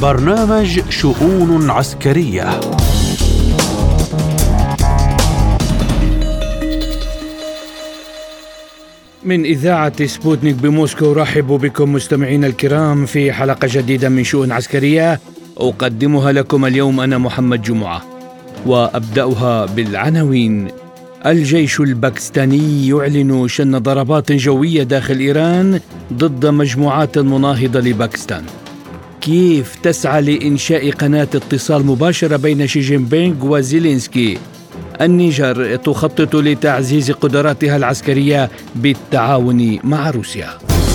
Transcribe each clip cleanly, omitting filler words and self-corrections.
برنامج شؤون عسكرية من إذاعة سبوتنيك بموسكو. رحب بكم مستمعين الكرام في حلقة جديدة من شؤون عسكرية أقدمها لكم اليوم أنا محمد جمعة، وأبدأها بالعناوين. الجيش الباكستاني يعلن شن ضربات جوية داخل إيران ضد مجموعات مناهضة لباكستان. كييف تسعى لإنشاء قناة اتصال مباشرة بين شي جين بينغ وزيلينسكي. النيجر تخطط لتعزيز قدراتها العسكرية بالتعاون مع روسيا.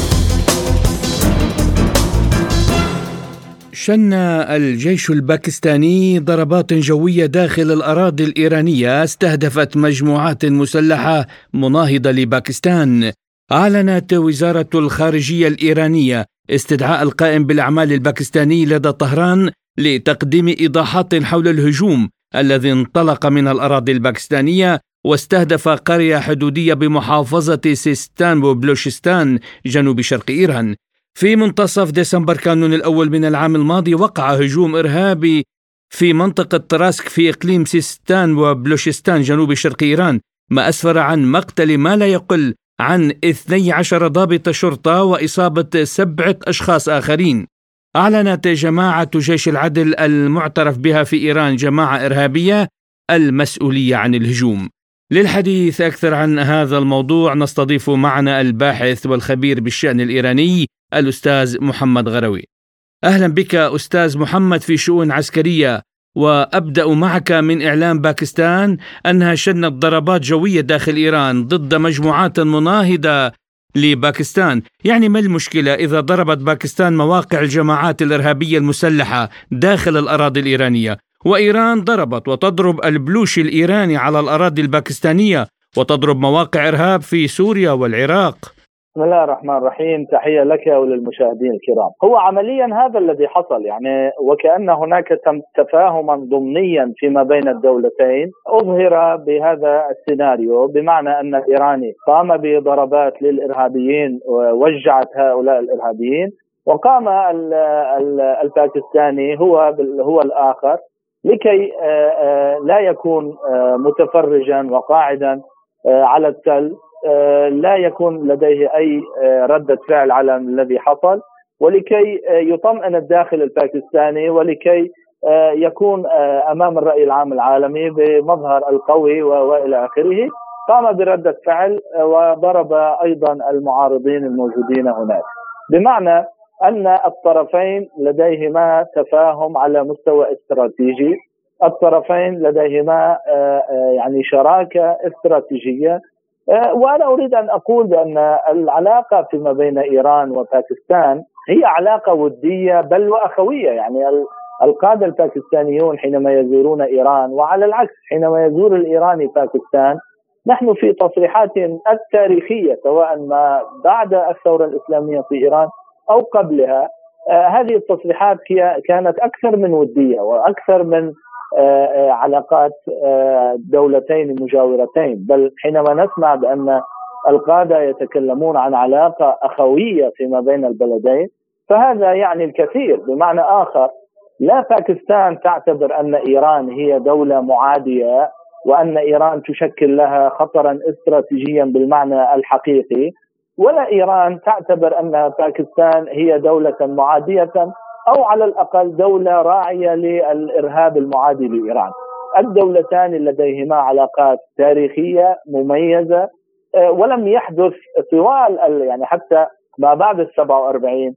شن الجيش الباكستاني ضربات جوية داخل الأراضي الإيرانية استهدفت مجموعات مسلحة مناهضة لباكستان. أعلنت وزارة الخارجية الإيرانية استدعاء القائم بالأعمال الباكستاني لدى طهران لتقديم إيضاحات حول الهجوم الذي انطلق من الأراضي الباكستانية واستهدف قرية حدودية بمحافظة سيستان وبلوشستان جنوب شرق إيران. في منتصف ديسمبر كانون الأول من العام الماضي وقع هجوم إرهابي في منطقة طراسك في إقليم سيستان وبلوشستان جنوب شرق إيران، ما أسفر عن مقتل ما لا يقل عن 12 ضابط شرطة وإصابة 7 أشخاص آخرين. أعلنت جماعة جيش العدل المعترف بها في إيران جماعة إرهابية المسؤولية عن الهجوم. للحديث أكثر عن هذا الموضوع نستضيف معنا الباحث والخبير بالشأن الإيراني الأستاذ محمد غروي. أهلا بك أستاذ محمد في شؤون عسكرية، وأبدأ معك من إعلام باكستان أنها شنت ضربات جوية داخل إيران ضد مجموعات مناهضة لباكستان. يعني ما المشكلة إذا ضربت باكستان مواقع الجماعات الإرهابية المسلحة داخل الأراضي الإيرانية، وإيران ضربت وتضرب البلوشي الإيراني على الأراضي الباكستانية وتضرب مواقع إرهاب في سوريا والعراق؟ بسم الله الرحمن الرحيم. تحية لك وللمشاهدين الكرام. هو عمليا هذا الذي حصل، يعني وكأن هناك تفاهما ضمنيا فيما بين الدولتين أظهر بهذا السيناريو، بمعنى أن الإيراني قام بضربات للإرهابيين ووجعت هؤلاء الإرهابيين، وقام الباكستاني هو الآخر لكي لا يكون متفرجا وقاعدا على التل، لا يكون لديه أي ردة فعل على الذي حصل، ولكي يطمئن الداخل الباكستاني ولكي يكون أمام الرأي العام العالمي بمظهر القوي وإلى آخره، قام بردة فعل وضرب أيضا المعارضين الموجودين هناك، بمعنى أن الطرفين لديهما تفاهم على مستوى استراتيجي، الطرفين لديهما يعني شراكة استراتيجية. وأنا أريد أن أقول بأن العلاقة فيما بين إيران وباكستان هي علاقة ودية بل وأخوية. يعني القادة الباكستانيون حينما يزورون إيران، وعلى العكس حينما يزور الإيراني باكستان، نحن في تصريحات التاريخية سواء ما بعد الثورة الإسلامية في إيران أو قبلها، هذه التصريحات كانت أكثر من ودية وأكثر من علاقات دولتين مجاورتين، بل حينما نسمع بأن القادة يتكلمون عن علاقة أخوية فيما بين البلدين فهذا يعني الكثير. بمعنى آخر، لا باكستان تعتبر أن إيران هي دولة معادية وأن إيران تشكل لها خطرا استراتيجيا بالمعنى الحقيقي، ولا إيران تعتبر أن باكستان هي دولة معادية أو على الأقل دولة راعية للإرهاب المعادي لإيران. الدولتان لديهما علاقات تاريخية مميزة، ولم يحدث طوال يعني حتى ما بعد 47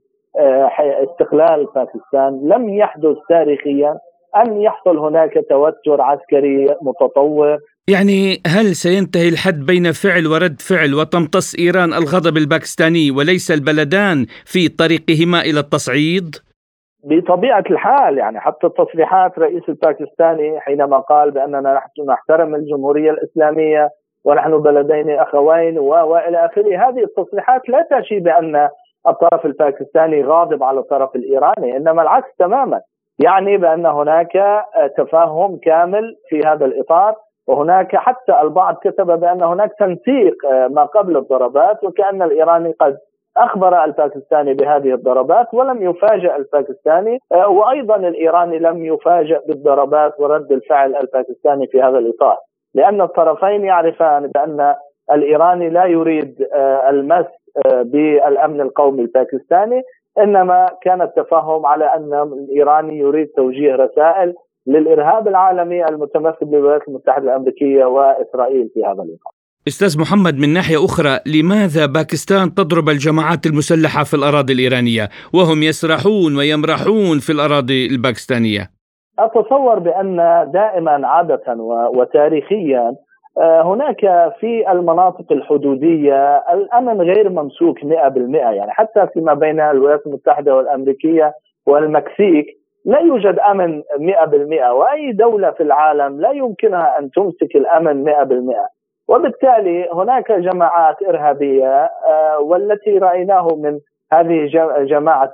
استقلال باكستان لم يحدث تاريخيا أن يحصل هناك توتر عسكري متطور. يعني هل سينتهي الحد بين فعل ورد فعل وتمتص إيران الغضب الباكستاني وليس البلدان في طريقهما إلى التصعيد؟ بطبيعة الحال، يعني حتى تصريحات رئيس الباكستاني حينما قال بأننا نحن نحترم الجمهورية الإسلامية ونحن بلدين أخوين وإلى آخره، هذه التصريحات لا تشي بأن الطرف الباكستاني غاضب على الطرف الإيراني، إنما العكس تماما، يعني بأن هناك تفاهم كامل في هذا الإطار. وهناك حتى البعض كتب بأن هناك تنسيق ما قبل الضربات، وكأن الإيراني قد أخبر الباكستاني بهذه الضربات ولم يفاجأ الباكستاني، وأيضا الإيراني لم يفاجأ بالضربات ورد الفعل الباكستاني في هذا الإطار، لأن الطرفين يعرفان بأن الإيراني لا يريد المس بالأمن القومي الباكستاني، إنما كان التفاهم على أن الإيراني يريد توجيه رسائل للإرهاب العالمي المتمثل بالولايات المتحدة الأمريكية وإسرائيل في هذا الإطار. أستاذ محمد، من ناحية أخرى، لماذا باكستان تضرب الجماعات المسلحة في الأراضي الإيرانية وهم يسرحون ويمرحون في الأراضي الباكستانية؟ أتصور بأن دائما عادة وتاريخيا هناك في المناطق الحدودية الأمن غير ممسوك 100%، يعني حتى فيما بين الولايات المتحدة والأمريكية والمكسيك لا يوجد أمن 100%، وأي دولة في العالم لا يمكنها أن تمسك الأمن 100%، وبالتالي هناك جماعات إرهابية، والتي رأيناه من هذه جماعة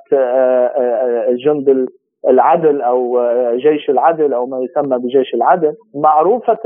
جند العدل أو جيش العدل أو ما يسمى بجيش العدل، معروفة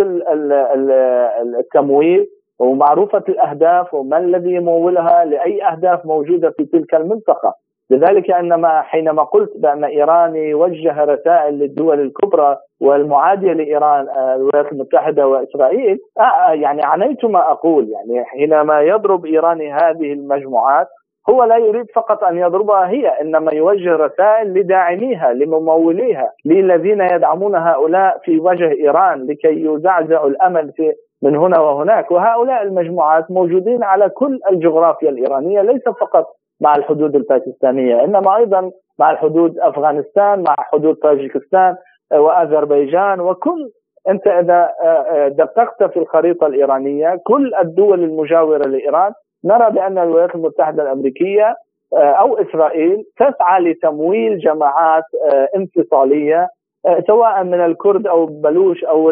التمويل ومعروفة الأهداف وما الذي يمولها لأي أهداف موجودة في تلك المنطقة. لذلك حينما قلت بأن إيران يوجه رسائل للدول الكبرى والمعادية لإيران الولايات المتحدة وإسرائيل، يعني عنيت ما أقول، يعني حينما يضرب إيراني هذه المجموعات هو لا يريد فقط أن يضربها هي، إنما يوجه رسائل لداعميها لمموليها للذين يدعمون هؤلاء في وجه إيران لكي يزعزعوا الأمل من هنا وهناك. وهؤلاء المجموعات موجودين على كل الجغرافيا الإيرانية، ليس فقط مع الحدود الباكستانية، إنما أيضا مع الحدود أفغانستان، مع حدود طاجيكستان وأذربيجان، وكل أنت إذا دققت في الخريطة الإيرانية كل الدول المجاورة لإيران نرى بأن الولايات المتحدة الأمريكية أو إسرائيل تسعى لتمويل جماعات انفصالية، سواء من الكرد أو البلوش أو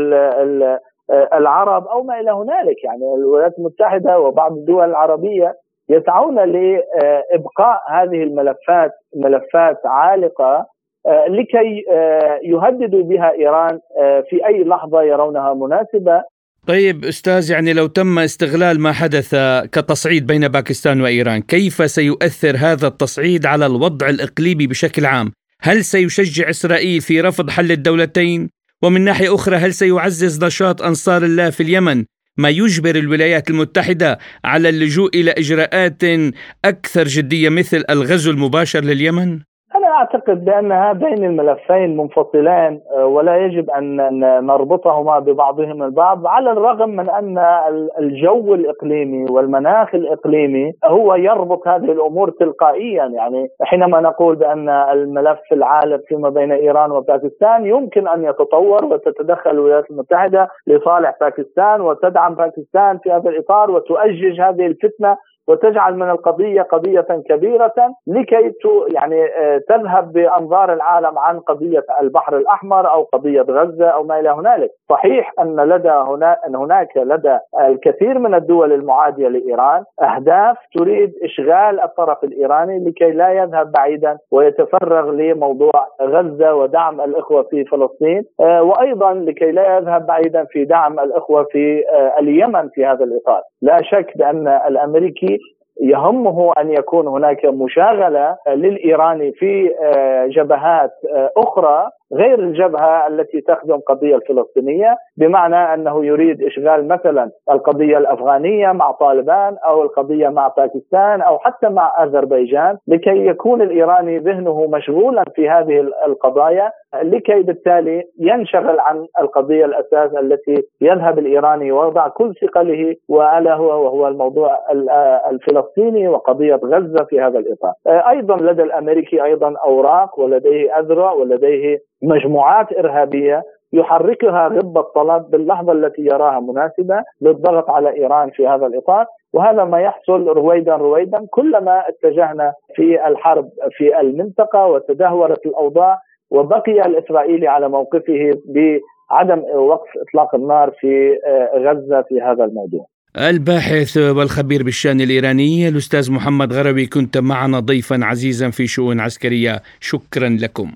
العرب أو ما إلى هنالك. يعني الولايات المتحدة وبعض الدول العربية يسعون لإبقاء هذه الملفات ملفات عالقة لكي يهددوا بها إيران في أي لحظة يرونها مناسبة. طيب أستاذ، يعني لو تم استغلال ما حدث كتصعيد بين باكستان وإيران، كيف سيؤثر هذا التصعيد على الوضع الإقليمي بشكل عام؟ هل سيشجع إسرائيل في رفض حل الدولتين؟ ومن ناحية أخرى، هل سيعزز نشاط أنصار الله في اليمن ما يجبر الولايات المتحدة على اللجوء إلى إجراءات أكثر جدية مثل الغزو المباشر لليمن؟ أنا أعتقد بأن هذين الملفين منفصلان ولا يجب أن نربطهما ببعضهما البعض، على الرغم من أن الجو الإقليمي والمناخ الإقليمي هو يربط هذه الأمور تلقائيا. يعني حينما نقول بأن الملف العالم فيما بين إيران وباكستان يمكن أن يتطور وتتدخل الولايات المتحدة لصالح باكستان وتدعم باكستان في هذا الإطار وتؤجج هذه الفتنة وتجعل من القضية قضية كبيرة لكي يعني تذهب بأنظار العالم عن قضية البحر الأحمر أو قضية غزة أو ما إلى هنالك. صحيح أن هناك لدى الكثير من الدول المعادية لإيران أهداف تريد إشغال الطرف الإيراني لكي لا يذهب بعيدا ويتفرغ لموضوع غزة ودعم الإخوة في فلسطين، وأيضا لكي لا يذهب بعيدا في دعم الإخوة في اليمن في هذا الإطار. لا شك بأن الأمريكي يهمه أن يكون هناك مشاغلة للإيراني في جبهات أخرى غير الجبهة التي تخدم قضية الفلسطينية، بمعنى أنه يريد إشغال مثلا القضية الأفغانية مع طالبان أو القضية مع باكستان أو حتى مع أذربيجان، لكي يكون الإيراني ذهنه مشغولا في هذه القضايا، لكي بالتالي ينشغل عن القضية الأساس التي يذهب الإيراني ويضع كل ثقله وألا وهو الموضوع الفلسطيني وقضية غزة في هذا الإطار. أيضا لدى الأمريكي أيضا أوراق ولديه أذرع ولديه مجموعات إرهابية يحركها غب الطلب باللحظة التي يراها مناسبة للضغط على إيران في هذا الإطار، وهذا ما يحصل رويدا كلما اتجهنا في الحرب في المنطقة وتدهورت الأوضاع وبقي الإسرائيلي على موقفه بعدم وقف إطلاق النار في غزة في هذا الموضوع. الباحث والخبير بالشأن الإيراني الأستاذ محمد غروي، كنت معنا ضيفا عزيزا في شؤون عسكرية، شكرا لكم.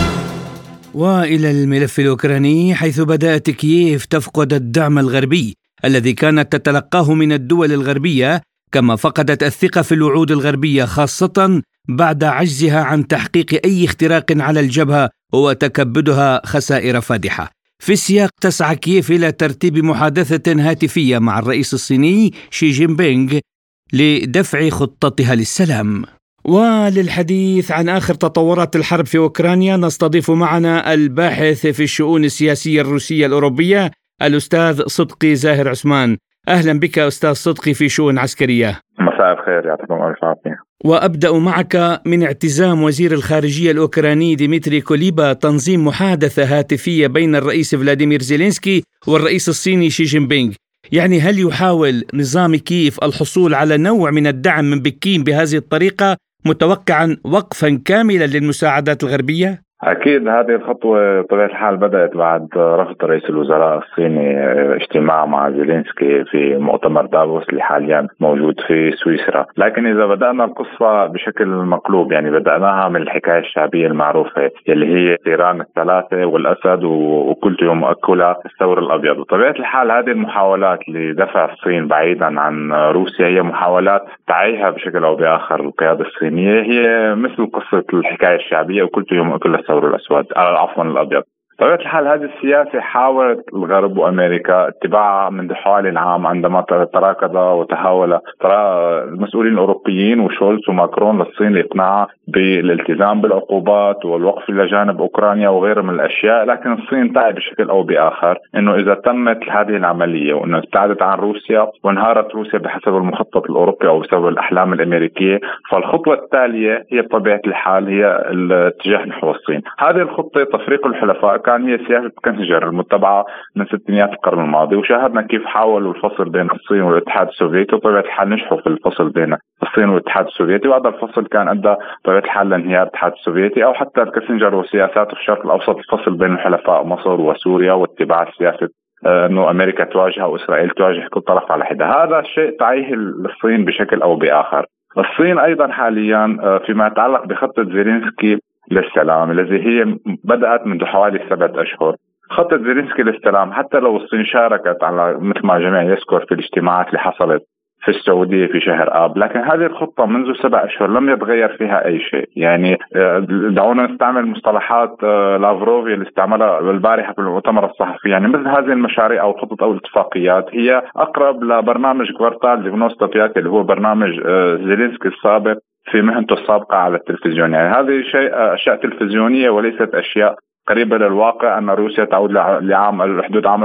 وإلى الملف الأوكراني، حيث بدأت كييف تفقد الدعم الغربي الذي كانت تتلقاه من الدول الغربية، كما فقدت الثقة في الوعود الغربية خاصة بعد عجزها عن تحقيق أي اختراق على الجبهة وتكبدها خسائر فادحة. في السياق تسعى كييف إلى ترتيب محادثة هاتفية مع الرئيس الصيني شي جين بينغ لدفع خطتها للسلام. وللحديث عن آخر تطورات الحرب في أوكرانيا نستضيف معنا الباحث في الشؤون السياسية الروسية الأوروبية الأستاذ صدقي زاهر عثمان. أهلا بك أستاذ صدقي في شؤون عسكرية. مساء الخير، يعطيكم ألف عافية. وأبدأ معك من اعتزام وزير الخارجية الأوكراني ديمتري كوليبا تنظيم محادثة هاتفية بين الرئيس فلاديمير زيلينسكي والرئيس الصيني شي جين بينغ. يعني هل يحاول نظام كييف الحصول على نوع من الدعم من بكين بهذه الطريقة، متوقعا وقفا كاملا للمساعدات الغربية؟ أكيد هذه الخطوة بطبيعة الحال بدأت بعد رفض رئيس الوزراء الصيني اجتماع مع زيلينسكي في مؤتمر دافوس اللي حاليا موجود في سويسرا. لكن إذا بدأنا القصة بشكل مقلوب، يعني بدأناها من الحكاية الشعبية المعروفة اللي هي تيران الثلاثة والأسد وكلته مؤكلة الثور الأبيض. بطبيعة الحال هذه المحاولات لدفع الصين بعيدا عن روسيا هي محاولات تعيها بشكل أو بآخر القيادة الصينية، هي مثل قصة الحكاية الشعبية وكلته مؤكلة الثور الأسود عفوا الأبيض. بطبيعة الحال هذه السياسة حاولت الغرب وأمريكا اتباعها منذ حوالي العام، عندما تراكض وتحاول المسؤولين الأوروبيين وشولز وماكرون للصين لإقناعها بالالتزام بالعقوبات والوقف إلى جانب أوكرانيا وغيرها من الأشياء. لكن الصين تعي بشكل أو بآخر أنه إذا تمت هذه العملية وأنه ابتعدت عن روسيا وانهارت روسيا بحسب المخطط الأوروبي أو بسبب الأحلام الأمريكية، فالخطوة التالية هي بطبيعة الحال هي الاتجاه نحو الصين. هذه الخطة تفريق الحلفاء كان هي سياسة كنسنجر المتبعة من ستينيات القرن الماضي، وشاهدنا كيف حاولوا الفصل بين الصين والاتحاد السوفيتي، وطبيعة الحال نجحوا في الفصل بين الصين والاتحاد السوفيتي، وهذا الفصل كان أدى بطبيعة الحال لانهيار الاتحاد السوفيتي. أو حتى كنسنجر وسياساته في الشرق الأوسط الفصل بين الحلفاء مصر وسوريا واتباع سياسة أنه أمريكا تواجه وإسرائيل تواجه كل طرف على حدة. هذا الشيء تعيه الصين بشكل أو بآخر. الصين أيضا حاليا فيما يتعلق بخطة زيلينسكي للسلام الذي هي بدأت منذ حوالي 7 أشهر. خطة زيلينسكي للسلام حتى لو الصين شاركت على مثل ما الجميع يذكر في الاجتماعات اللي حصلت في السعودية في شهر آب، لكن هذه الخطة منذ 7 أشهر لم يتغير فيها أي شيء. يعني دعونا نستعمل مصطلحات لافروف اللي استعملها البارحة في المؤتمر الصحفي. يعني مثل هذه المشاريع أو الخطط أو الاتفاقيات هي أقرب لبرنامج كوارتال ديغنوستوبيات اللي هو برنامج زيلينسكي السابق في مهنته السابقة على التلفزيون. يعني هذه أشياء تلفزيونية وليست أشياء قريبة للواقع. أن روسيا تعود لعام حدود عام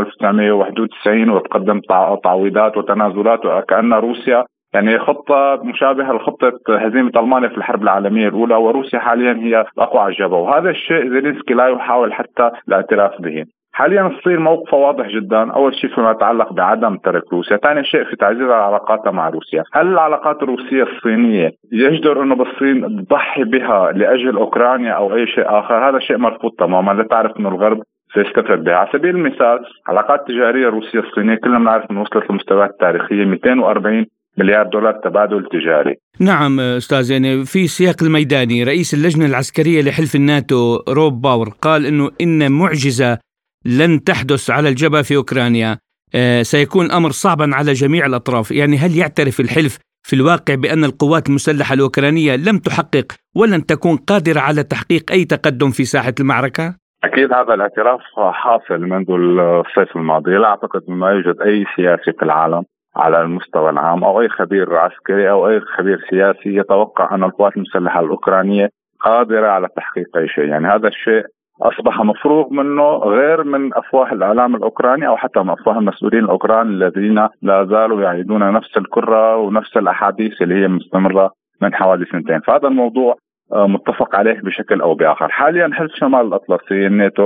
1991 وتقدم تعويضات وتنازلات، وكأن روسيا يعني خطة مشابهة لخطة هزيمة ألمانيا في الحرب العالمية الأولى، وروسيا حاليا هي أقوى على الجبهة، وهذا الشيء زيلينسكي لا يحاول حتى الاعتراف به. حاليا الصين موقفه واضح جدا، أول شيء فيما يتعلق بعدم ترك روسيا، ثاني شيء في تعزيز علاقاتها مع روسيا. هل العلاقات الروسية الصينية يجدر أنه بالصين تضحي بها لأجل أوكرانيا أو أي شيء آخر؟ هذا شيء مرفوض تماما، لا تعرف أنه الغرب سيستفاد بها. على سبيل المثال علاقات تجارية روسية الصينية كلنا نعرف أنه وصلت لمستويات تاريخية 240 مليار دولار تبادل تجاري. نعم أستاذ، يعني في سياق الميداني رئيس اللجنة العسكرية لحلف الناتو روب باور قال أنه إن معجزة لن تحدث على الجبهة في أوكرانيا، سيكون أمر صعبا على جميع الأطراف. يعني هل يعترف الحلف في الواقع بأن القوات المسلحة الأوكرانية لم تحقق ولن تكون قادرة على تحقيق أي تقدم في ساحة المعركة؟ أكيد هذا الاعتراف حاصل منذ الصيف الماضي. لا أعتقد ما يوجد أي سياسي في العالم على المستوى العام أو أي خبير عسكري أو أي خبير سياسي يتوقع أن القوات المسلحة الأوكرانية قادرة على تحقيق أي شيء. يعني هذا الشيء أصبح مفروغ منه، غير من أفواه الإعلام الأوكراني أو حتى من أفواه المسؤولين الأوكران الذين لا زالوا يعيدون نفس الكرة ونفس الأحاديث اللي هي مستمرة من حوالي 2 فهذا الموضوع متفق عليه بشكل أو بآخر. حاليا حلف شمال الأطلسي الناتو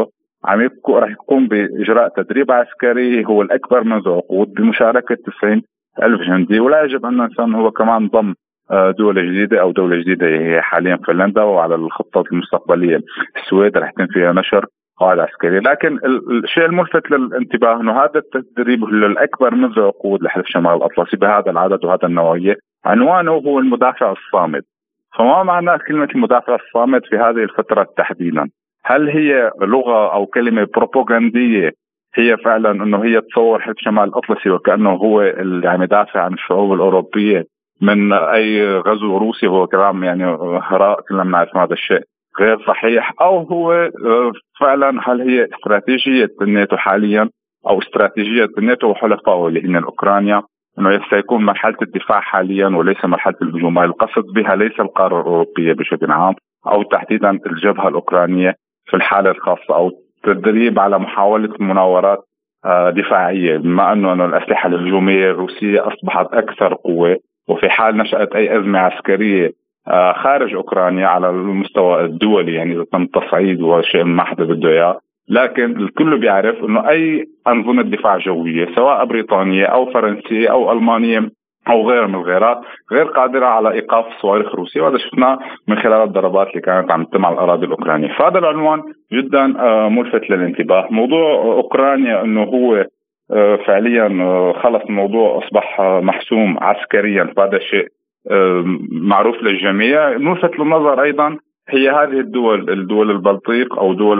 راح يقوم بإجراء تدريب عسكري هو الأكبر منذ عقود بمشاركة 90,000 جندي، ولا يجب أن ننسى أنه هو كمان ضم دولة جديدة أو دولة جديدة هي حاليا فنلندا، وعلى الخطة المستقبلية السويد رح يتم فيها نشر قواعد عسكرية. لكن الشيء الملفت للانتباه أنه هذا التدريب الأكبر منذ عقود لحلف شمال الأطلسي بهذا العدد وهذا النوعية عنوانه هو المدافع الصامد. فما معنى كلمة المدافع الصامد في هذه الفترة تحديدا؟ هل هي لغة أو كلمة بروباغندية هي فعلا أنه هي تصور حلف شمال الأطلسي وكأنه هو اللي عم يدافع عن الشعوب الأوروبية من أي غزو روسي. هو كلام يعني هراء، كلنا نعرف هذا الشيء غير صحيح. أو هو فعلا هل هي استراتيجية الناتو حاليا أو استراتيجية الناتو وحلفائه اللي هن أوكرانيا، أنه سيكون مرحلة الدفاع حاليا وليس مرحلة الهجوم. القصد بها ليس القارة الأوروبية بشكل عام أو تحديدا الجبهة الأوكرانية في الحالة الخاصة، أو تدريب على محاولة مناورات دفاعية، بما أنه الأسلحة الهجومية الروسية أصبحت أكثر قوة. وفي حال نشأت أي أزمة عسكرية خارج أوكرانيا على المستوى الدولي، يعني إذا تم تصعيد وشيء ما حدا بده إياه، لكن الكل بيعرف أنه أي أنظمة دفاع جوية سواء بريطانية أو فرنسية أو ألمانية أو غير من الغيرات غير قادرة على إيقاف صواريخ روسيا، وهذا شفناه من خلال الضربات اللي كانت عم تتم على الأراضي الأوكرانية. فهذا العنوان جدا ملفت للانتباه. موضوع أوكرانيا أنه هو فعليا خلص الموضوع أصبح محسوم عسكريا، فهذا شيء معروف للجميع. ملفت للنظر أيضا هي هذه الدول البلطيق أو دول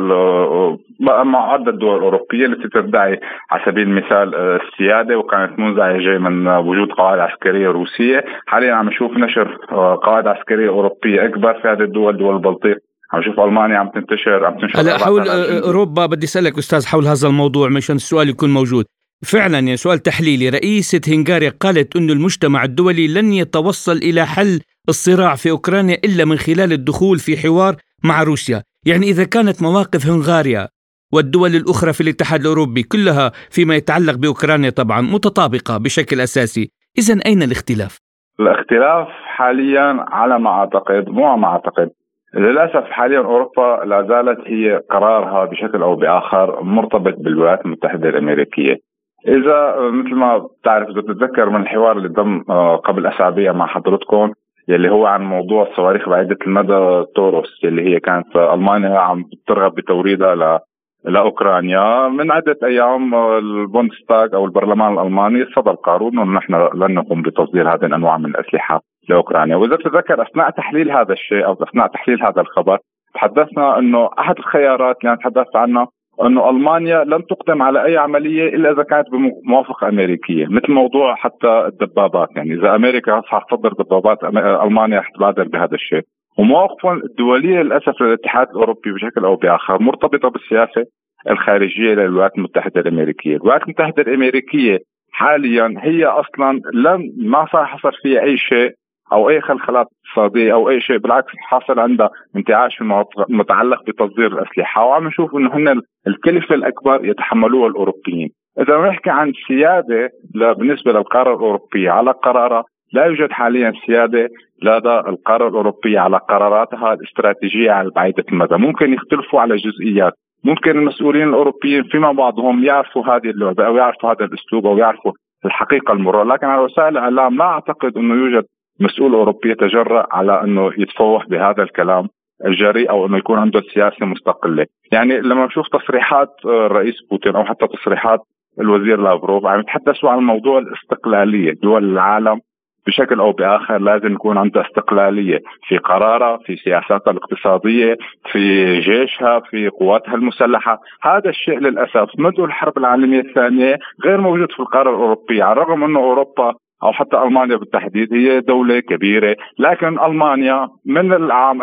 مع عدة دول أوروبية التي تدعي على سبيل المثال السيادة وكانت منزعجة من وجود قواعد عسكرية روسية. حاليا عم نشوف نشر قواعد عسكرية أوروبية أكبر في هذه الدول، دول البلطيق. عم نشوف ألمانيا عم تنتشر هلا حول أوروبا. بدي أسألك أستاذ حول هذا الموضوع مشان السؤال يكون موجود. فعلا يعني سؤال تحليلي، رئيسة هنغاريا قالت أن المجتمع الدولي لن يتوصل إلى حل الصراع في أوكرانيا إلا من خلال الدخول في حوار مع روسيا. يعني إذا كانت مواقف هنغاريا والدول الأخرى في الاتحاد الأوروبي كلها فيما يتعلق بأوكرانيا طبعا متطابقة بشكل أساسي، إذن أين الاختلاف؟ الاختلاف حاليا على ما أعتقد، مو ما أعتقد، للأسف حاليا أوروبا لا زالت هي قرارها بشكل أو بآخر مرتبط بالولايات المتحدة الأمريكية. إذا مثل ما بتعرف، إذا تتذكر من الحوار اللي تم قبل أسابيع مع حضرتكم يلي هو عن موضوع الصواريخ بعيدة المدى توروس، اللي هي كانت ألمانيا عم ترغب بتوريدها لأوكرانيا من عدة أيام، البوندستاغ أو البرلمان الألماني صدر قانون أنه نحن لن نقوم بتصدير هذه الأنواع من الأسلحة لأوكرانيا. وإذا تتذكر أثناء تحليل هذا الشيء أو أثناء تحليل هذا الخبر تحدثنا أنه أحد الخيارات اللي نتحدث عنها أنه ألمانيا لن تقدم على أي عملية إلا إذا كانت بموافقة أمريكية، مثل موضوع حتى الدبابات. يعني إذا أمريكا حتصدر دبابات ألمانيا حتبادر بهذا الشيء. ومواقفهم الدولية للأسف للاتحاد الأوروبي بشكل أو بآخر مرتبطة بالسياسة الخارجية للولايات المتحدة الأمريكية. الولايات المتحدة الأمريكية حاليا هي أصلا ما صار حصل فيها أي شيء أو أي خلخلات اقتصادية أو أي شيء، بالعكس حاصل عندها انتعاش متعلق بتصدير الأسلحة، وعم نشوف إنه هن الكلفة الأكبر يتحملوها الأوروبيين. إذا نحكي عن سيادة بالنسبة للقارة الأوروبية على قرارها، لا يوجد حاليا سيادة لدى القارة الأوروبية على قراراتها الاستراتيجية على بعيدة المدى. ممكن يختلفوا على جزئيات، ممكن المسؤولين الأوروبيين فيما بعضهم يعرفوا هذه اللعبة أو يعرفوا هذا الأسلوب أو يعرفوا الحقيقة المرة، لكن على وسائل الإعلام لا أعتقد أنه يوجد مسؤول أوروبي يتجرأ على أنه يتفوه بهذا الكلام الجريء أو أنه يكون عنده سياسة مستقلة. يعني لما نشوف تصريحات الرئيس بوتين أو حتى تصريحات الوزير لافروف عم يتحدثوا عن موضوع الاستقلالية. دول العالم بشكل أو بآخر لازم يكون عندها استقلالية في قرارها، في سياساتها الاقتصادية، في جيشها، في قواتها المسلحة. هذا الشيء للأسف منذ الحرب العالمية الثانية غير موجود في القارة الأوروبية، على الرغم أنه أوروبا أو حتى ألمانيا بالتحديد هي دولة كبيرة، لكن ألمانيا من العام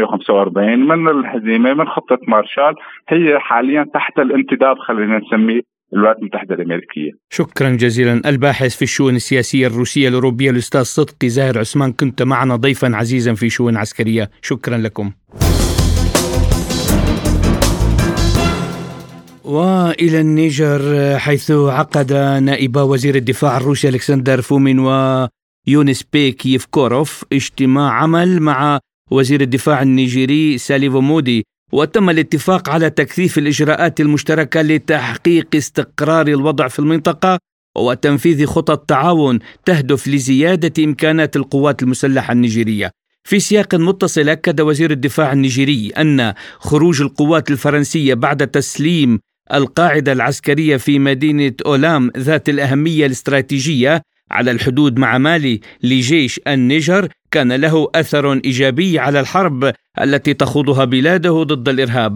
1945 من الهزيمة من خطة مارشال هي حاليا تحت الانتداب، خلينا نسميه الولايات المتحدة الأمريكية. شكرا جزيلا. الباحث في الشؤون السياسية الروسية الأوروبية الأستاذ صدقي زاهر عثمان، كنت معنا ضيفا عزيزا في شؤون عسكرية، شكرا لكم. وإلى النيجر، حيث عقد نائبا وزير الدفاع الروسي ألكسندر فومين ويونس بيك يفكوروف اجتماع عمل مع وزير الدفاع النيجيري ساليفو مودي، وتم الاتفاق على تكثيف الإجراءات المشتركة لتحقيق استقرار الوضع في المنطقة وتنفيذ خطط تعاون تهدف لزيادة إمكانات القوات المسلحة النيجيرية. في سياق متصل، أكد وزير الدفاع النيجيري أن خروج القوات الفرنسية بعد تسليم القاعدة العسكرية في مدينة أولام ذات الأهمية الاستراتيجية على الحدود مع مالي لجيش النيجر كان له أثر إيجابي على الحرب التي تخوضها بلاده ضد الإرهاب.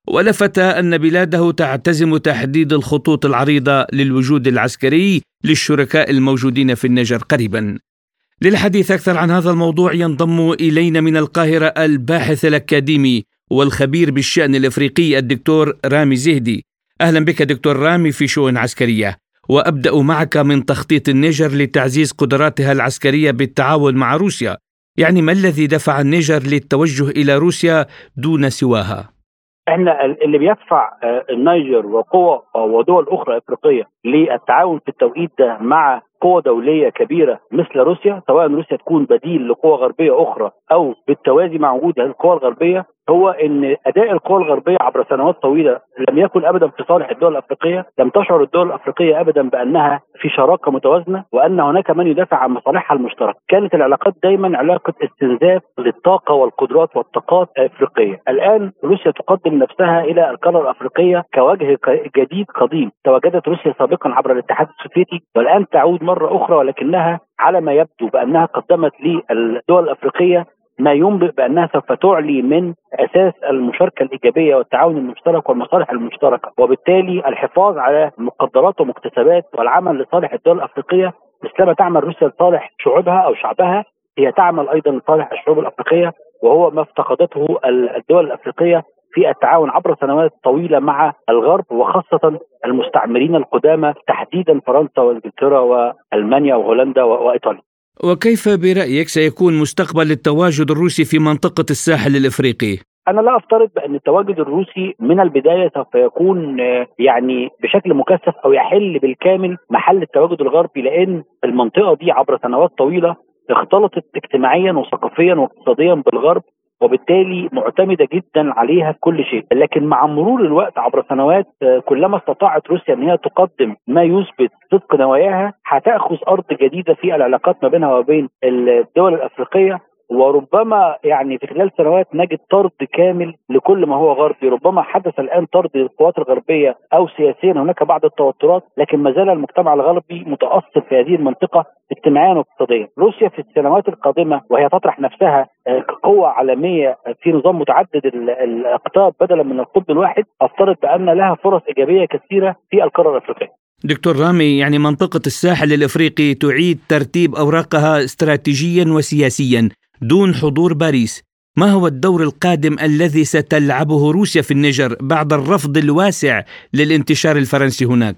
ولفت أن بلاده تعتزم تحديد الخطوط العريضة للوجود العسكري للشركاء الموجودين في النيجر قريبا. للحديث أكثر عن هذا الموضوع ينضم إلينا من القاهرة الباحث الأكاديمي والخبير بالشأن الأفريقي الدكتور رامي زهدي. أهلا بك دكتور رامي في شؤون عسكرية، وأبدأ معك من تخطيط النيجر لتعزيز قدراتها العسكرية بالتعاون مع روسيا. يعني ما الذي دفع النيجر للتوجه إلى روسيا دون سواها؟ احنا اللي بيدفع النيجر وقوى ودول اخرى افريقيه للتعاون في التوقيت ده مع قوة دولية كبيرة مثل روسيا، سواء روسيا تكون بديل لقوى غربية أخرى أو بالتوازي مع وجود هذه القوى الغربية، هو أن أداء القوى الغربية عبر سنوات طويلة لم يكن أبدا في صالح الدول الأفريقية. لم تشعر الدول الأفريقية أبدا بأنها في شراكة متوازنة وأن هناك من يدافع عن مصالحها المشتركة. كانت العلاقات دايما علاقة استنزاف للطاقة والقدرات والطاقات الأفريقية. الآن روسيا تقدم نفسها إلى القارة الأفريقية كوجه جديد قديم. تواجدت روسيا سابقا عبر الاتحاد السوفيتي والآن تعود مرة أخرى، ولكنها على ما يبدو بأنها قدمت للدول الأفريقية ما ينبئ بأنها سوف تعلي من أساس المشاركة الإيجابية والتعاون المشترك والمصالح المشتركة، وبالتالي الحفاظ على مقدرات ومكتسبات والعمل لصالح الدول الأفريقية. مثلما تعمل روسيا لصالح شعوبها أو شعبها، هي تعمل أيضا لصالح الشعوب الأفريقية، وهو ما افتقدته الدول الأفريقية في التعاون عبر سنوات طويلة مع الغرب، وخاصة المستعمرين القدامى تحديدا فرنسا وانجلترا وألمانيا وهولندا وإيطاليا. وكيف برأيك سيكون مستقبل التواجد الروسي في منطقة الساحل الإفريقي؟ أنا لا أفترض بأن التواجد الروسي من البداية سوف يكون يعني بشكل مكثف أو يحل بالكامل محل التواجد الغربي، لأن المنطقة دي عبر سنوات طويلة اختلطت اجتماعيا وثقافيا واقتصاديا بالغرب، وبالتالي معتمدة جدا عليها في كل شيء. لكن مع مرور الوقت عبر سنوات كلما استطاعت روسيا أن هي تقدم ما يثبت صدق نواياها، هتأخذ أرض جديدة في العلاقات ما بينها وبين الدول الأفريقية، وربما يعني في خلال سنوات نجد طرد كامل لكل ما هو غربي. ربما حدث الآن طرد للقوات الغربية أو سياسيا هناك بعض التوترات، لكن ما زال المجتمع الغربي متأثر في هذه المنطقة اجتماعيا واقتصاديا. روسيا في السنوات القادمة وهي تطرح نفسها كقوة عالمية في نظام متعدد الأقطاب بدلا من القطب الواحد، أفترض بأن لها فرص إيجابية كثيرة في القارة الأفريقية. دكتور رامي، يعني منطقة الساحل الإفريقي تعيد ترتيب أوراقها استراتيجيا وسياسيا دون حضور باريس. ما هو الدور القادم الذي ستلعبه روسيا في النيجر بعد الرفض الواسع للانتشار الفرنسي هناك؟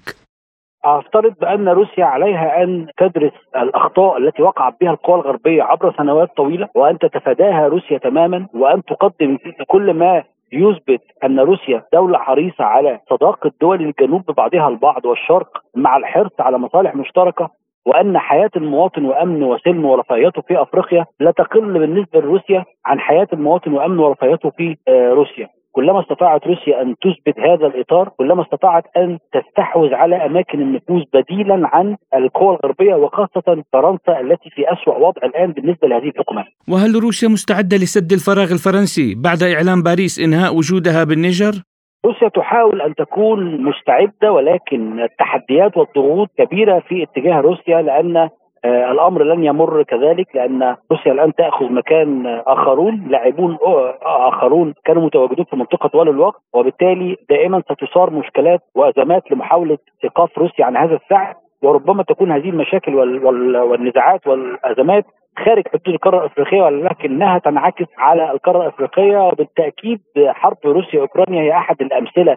أفترض بأن روسيا عليها أن تدرس الأخطاء التي وقعت بها القوى الغربية عبر سنوات طويلة، وأن تتفاداها روسيا تماما، وأن تقدم كل ما يثبت أن روسيا دولة حريصة على صداقة دول الجنوب ببعضها البعض والشرق مع الحرص على مصالح مشتركة، وأن حياة المواطن وأمن وسلم ورفاهيته في أفريقيا لا تقل بالنسبة لروسيا عن حياة المواطن وأمن ورفاهيته في روسيا. كلما استطاعت روسيا أن تثبت هذا الإطار، كلما استطاعت أن تستحوذ على أماكن النفوذ بديلا عن القوى الغربية، وخاصة فرنسا التي في أسوأ وضع الآن بالنسبة لهذه الحكومات. وهل روسيا مستعدة لسد الفراغ الفرنسي بعد إعلان باريس إنهاء وجودها بالنيجر؟ روسيا تحاول أن تكون مستعدة، ولكن التحديات والضغوط كبيرة في اتجاه روسيا، لأن الأمر لن يمر كذلك، لأن روسيا الآن تأخذ مكان لاعبون آخرون كانوا متواجدون في منطقة طوال الوقت، وبالتالي دائما ستثار مشكلات وأزمات لمحاولة إيقاف روسيا عن هذا السعي. وربما تكون هذه المشاكل والنزاعات والأزمات خارج حدود القارة الأفريقية، ولكنها تنعكس على القارة الأفريقية. وبالتأكيد حرب روسيا أوكرانيا هي أحد الأمثلة،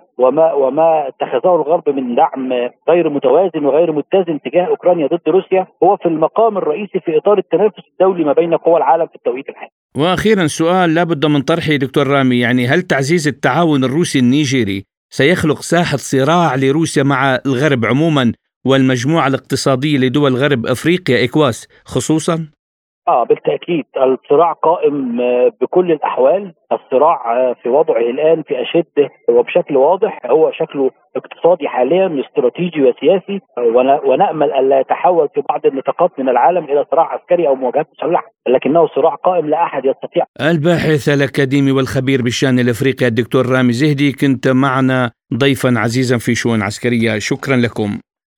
وما اتخذه الغرب من دعم غير متوازن وغير متزن تجاه أوكرانيا ضد روسيا هو في المقام الرئيسي في إطار التنافس الدولي ما بين قوى العالم في التوقيت الحالي. وأخيرا سؤال لابد من طرحه دكتور رامي، يعني هل تعزيز التعاون الروسي النيجيري سيخلق ساحة صراع لروسيا مع الغرب عموما والمجموعة الاقتصادية لدول غرب أفريقيا إيكواس خصوصا؟ بالتأكيد الصراع قائم بكل الأحوال. الصراع في وضعه الآن في أشده وبشكل واضح، هو شكله اقتصادي حاليا استراتيجي وسياسي، ونأمل ألا يتحول في بعض النطاقات من العالم إلى صراع عسكري أو مواجهات مسلحة، لكنه صراع قائم لا أحد يستطيع. الباحث الأكاديمي والخبير بالشأن الأفريقي الدكتور رامي زهدي، كنت معنا ضيفا عزيزا في شؤون عسكرية، شكرا لكم.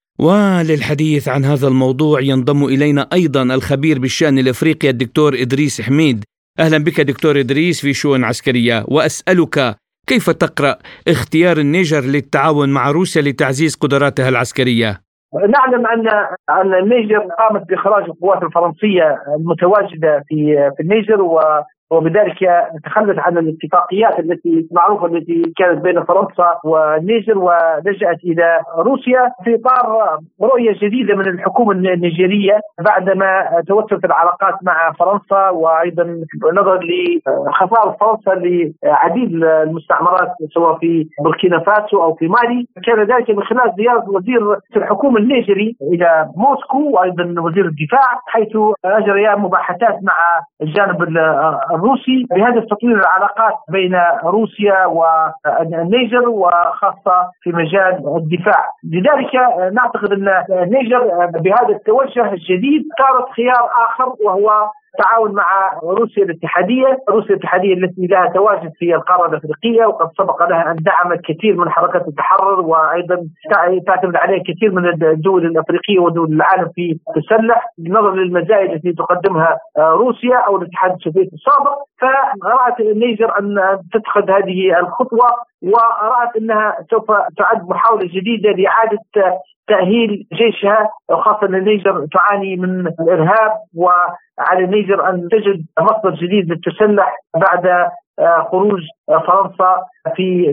وللحديث عن هذا الموضوع ينضم إلينا أيضا الخبير بالشأن الأفريقي الدكتور إدريس حميد. أهلا بك دكتور إدريس في شؤون عسكرية، وأسألك كيف تقرأ اختيار النيجر للتعاون مع روسيا لتعزيز قدراتها العسكرية؟ نعلم أن النيجر قامت بإخراج القوات الفرنسية المتواجدة في النيجر، وبذلك تخلت عن الاتفاقيات التي معروفة التي كانت بين فرنسا والنيجر، ولجأت إلى روسيا في إطار رؤية جديدة من الحكومة النيجيرية بعدما توترت العلاقات مع فرنسا، وأيضا نظرا لخسارة فرنسا لعديد المستعمرات سواء في بوركينا فاسو أو في مالي. كان ذلك من خلال زيارة وزير الحكومة النيجري إلى موسكو وأيضا وزير الدفاع، حيث أجريا مباحثات مع الجانب الروسي بهدف تطوير العلاقات بين روسيا والنيجر وخاصة في مجال الدفاع. لذلك نعتقد أن النيجر بهذا التوجه الجديد اختارت خيار آخر، وهو التعاون مع روسيا الاتحادية التي لها تواجد في القارة الأفريقية، وقد سبق لها أن دعمت كثير من حركات التحرر، وأيضا تعتمد عليها كثير من الدول الأفريقية ودول العالم في التسلح نظرا للمزايا التي تقدمها روسيا أو الاتحاد السوفيتي السابق. فرأت النيجر أن تتخذ هذه الخطوة، ورأت أنها سوف تعد محاولة جديدة لإعادة تأهيل جيشها، وخاصة أن النيجر تعاني من الإرهاب، وعلى النيجر أن تجد مصدر جديد للتسلح بعد خروج فرنسا في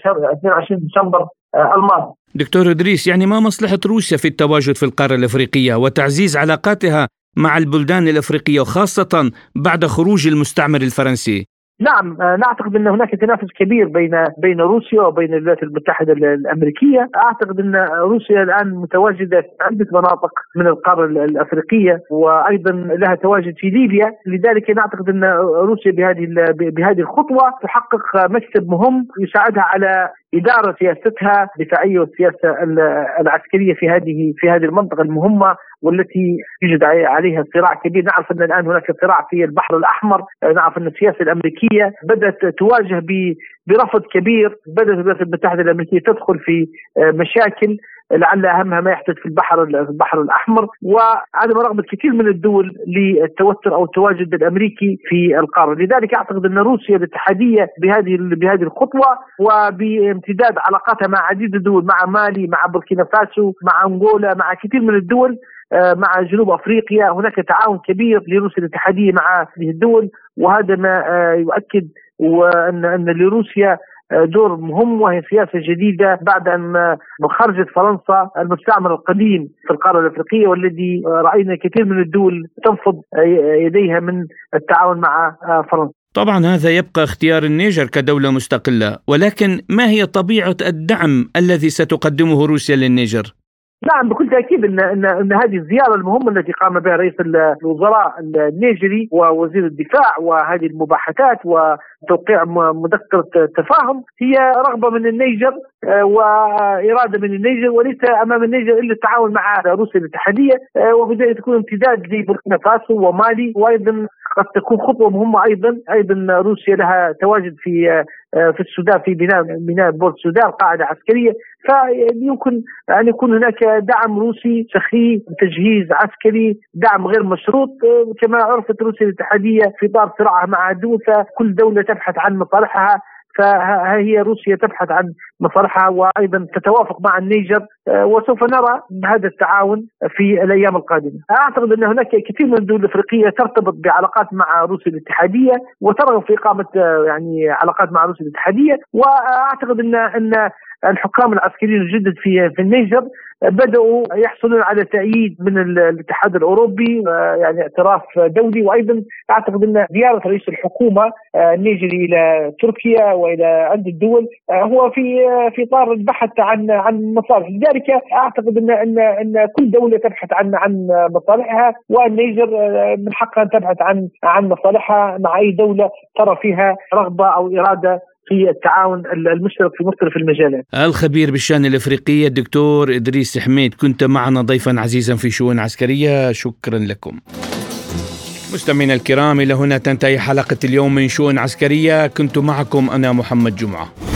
22 ديسمبر الماضي. دكتور إدريس، يعني ما مصلحة روسيا في التواجد في القارة الأفريقية وتعزيز علاقاتها مع البلدان الأفريقية، وخاصة بعد خروج المستعمر الفرنسي؟ نعم، نعتقد أن هناك تنافس كبير بين روسيا وبين الولايات المتحدة الأمريكية. أعتقد أن روسيا الآن متواجدة في عدة مناطق من القارة الأفريقية، وأيضا لها تواجد في ليبيا. لذلك نعتقد أن روسيا بهذه الخطوة تحقق مكسب مهم يساعدها على إدارة سياستها الدفاعية والسياسة العسكرية في هذه المنطقة المهمة، والتي يوجد عليها صراع كبير. نعرف أن الآن هناك صراع في البحر الأحمر، نعرف أن السياسة الأمريكية بدأت تواجه برفض كبير، بدأت الولايات المتحدة الأمريكية تدخل في مشاكل لعل أهمها ما يحدث في البحر الأحمر، وعدم رغبة كثير من الدول للتوتر أو التواجد الأمريكي في القارة. لذلك أعتقد أن روسيا الاتحادية بهذه الخطوة، وبامتداد علاقاتها مع عديد الدول، مع مالي، مع بوركينا فاسو، مع أنغولا، مع كثير من الدول، مع جنوب أفريقيا، هناك تعاون كبير لروسيا الاتحادية مع هذه الدول، وهذا ما يؤكد وأن لروسيا دور مهم، وهي سياسة جديدة بعد أن خرجت فرنسا المستعمر القديم في القارة الأفريقية، والذي رأينا كثير من الدول تنفض يديها من التعاون مع فرنسا. طبعا هذا يبقى اختيار النيجر كدولة مستقلة، ولكن ما هي طبيعة الدعم الذي ستقدمه روسيا للنيجر؟ نعم، بكل تأكيد أن هذه الزيارة المهمة التي قام بها رئيس الوزراء النيجري ووزير الدفاع، وهذه المباحثات وتوقيع مذكرة تفاهم، هي رغبة من النيجر وإرادة من النيجر، وليس أمام النيجر إلا التعاون مع روسيا الاتحادية، وبذلك تكون امتداد لبوركينا فاسو ومالي، وأيضا قد تكون خطوة مهمة. أيضا روسيا لها تواجد في السودان، في بناء بورت السودان قاعدة عسكرية، فيمكن أن يكون هناك دعم روسي سخي، تجهيز عسكري، دعم غير مشروط. كما عرفت روسيا الاتحادية في إطار صراعها مع الدول، فكل دولة تبحث عن مصالحها، فهي روسيا تبحث عن مصالحها وأيضا تتوافق مع النيجر، وسوف نرى هذا التعاون في الأيام القادمة. أعتقد أن هناك كثير من الدول الأفريقية ترتبط بعلاقات مع روسيا الاتحادية وترغب في إقامة علاقات مع روسيا الاتحادية، وأعتقد أن الحكام العسكريين الجدد في النيجر بدأوا يحصلون على تأييد من الاتحاد الأوروبي، يعني اعتراف دولي. وأيضا أعتقد أن زيارة رئيس الحكومة النيجري إلى تركيا وإلى عدة الدول هو في إطار البحث عن مصالح. لذلك أعتقد أن كل دولة تبحث عن مصالحها، والنيجر من حقها أن تبحث عن مصالحها مع أي دولة ترى فيها رغبة أو إرادة في التعاون المشترك في مختلف المجالات. الخبير بالشأن الأفريقية الدكتور إدريس حميد، كنت معنا ضيفا عزيزا في شؤون عسكرية، شكرا لكم. مستمعينا الكرام، إلى هنا تنتهي حلقة اليوم من شؤون عسكرية، كنت معكم أنا محمد جمعة.